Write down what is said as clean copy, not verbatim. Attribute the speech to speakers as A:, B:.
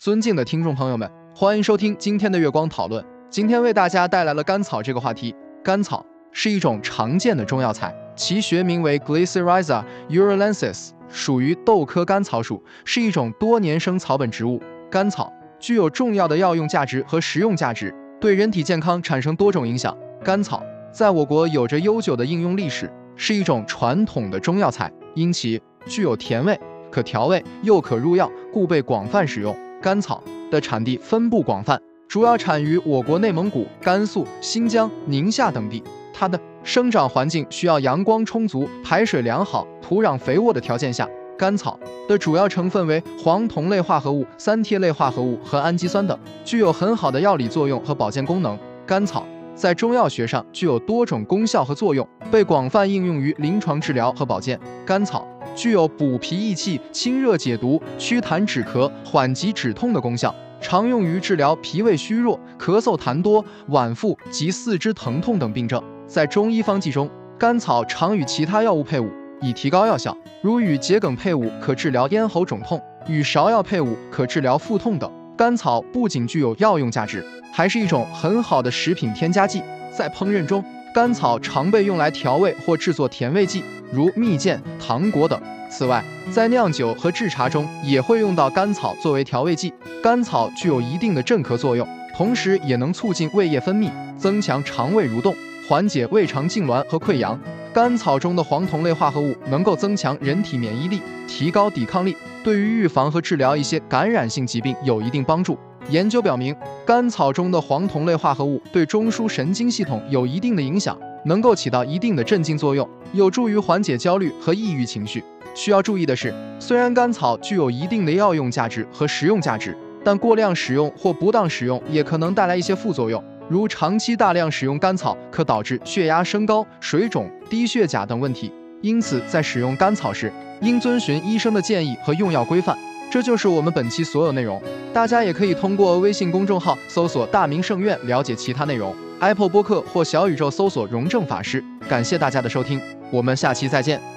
A: 尊敬的听众朋友们，欢迎收听今天的月光讨论。今天为大家带来了甘草这个话题。甘草是一种常见的中药材，其学名为 Glycyrrhiza urulensis， 属于豆科甘草属，是一种多年生草本植物。甘草具有重要的药用价值和食用价值，对人体健康产生多种影响。甘草在我国有着悠久的应用历史，是一种传统的中药材，因其具有甜味，可调味又可入药，故被广泛使用。甘草的产地分布广泛，主要产于我国内蒙古、甘肃、新疆、宁夏等地。它的生长环境需要阳光充足、排水良好、土壤肥沃的条件下。甘草的主要成分为黄酮类化合物、三萜类化合物和氨基酸等，具有很好的药理作用和保健功能。甘草在中药学上具有多种功效和作用，被广泛应用于临床治疗和保健。甘草具有补脾益气、清热解毒、祛痰止咳、缓急止痛的功效，常用于治疗脾胃虚弱、咳嗽痰多、脘腹及四肢疼痛等病症。在中医方剂中，甘草常与其他药物配伍，以提高药效，如与桔梗配伍可治疗咽喉肿痛，与芍药配伍可治疗腹痛等。甘草不仅具有药用价值，还是一种很好的食品添加剂。在烹饪中，甘草常被用来调味或制作甜味剂，如蜜饯、糖果等。此外，在酿酒和制茶中也会用到甘草作为调味剂。甘草具有一定的镇咳作用，同时也能促进胃液分泌，增强肠胃蠕动，缓解胃肠痉挛和溃疡。甘草中的黄酮类化合物能够增强人体免疫力，提高抵抗力，对于预防和治疗一些感染性疾病有一定帮助。研究表明，甘草中的黄酮类化合物对中枢神经系统有一定的影响，能够起到一定的镇静作用，有助于缓解焦虑和抑郁情绪。需要注意的是，虽然甘草具有一定的药用价值和食用价值，但过量使用或不当使用也可能带来一些副作用，如长期大量使用甘草可导致血压升高、水肿、低血钾等问题。因此，在使用甘草时，应遵循医生的建议和用药规范。这就是我们本期所有内容，大家也可以通过微信公众号搜索大明圣院了解其他内容， Apple 播客或小宇宙搜索荣正法师。感谢大家的收听，我们下期再见。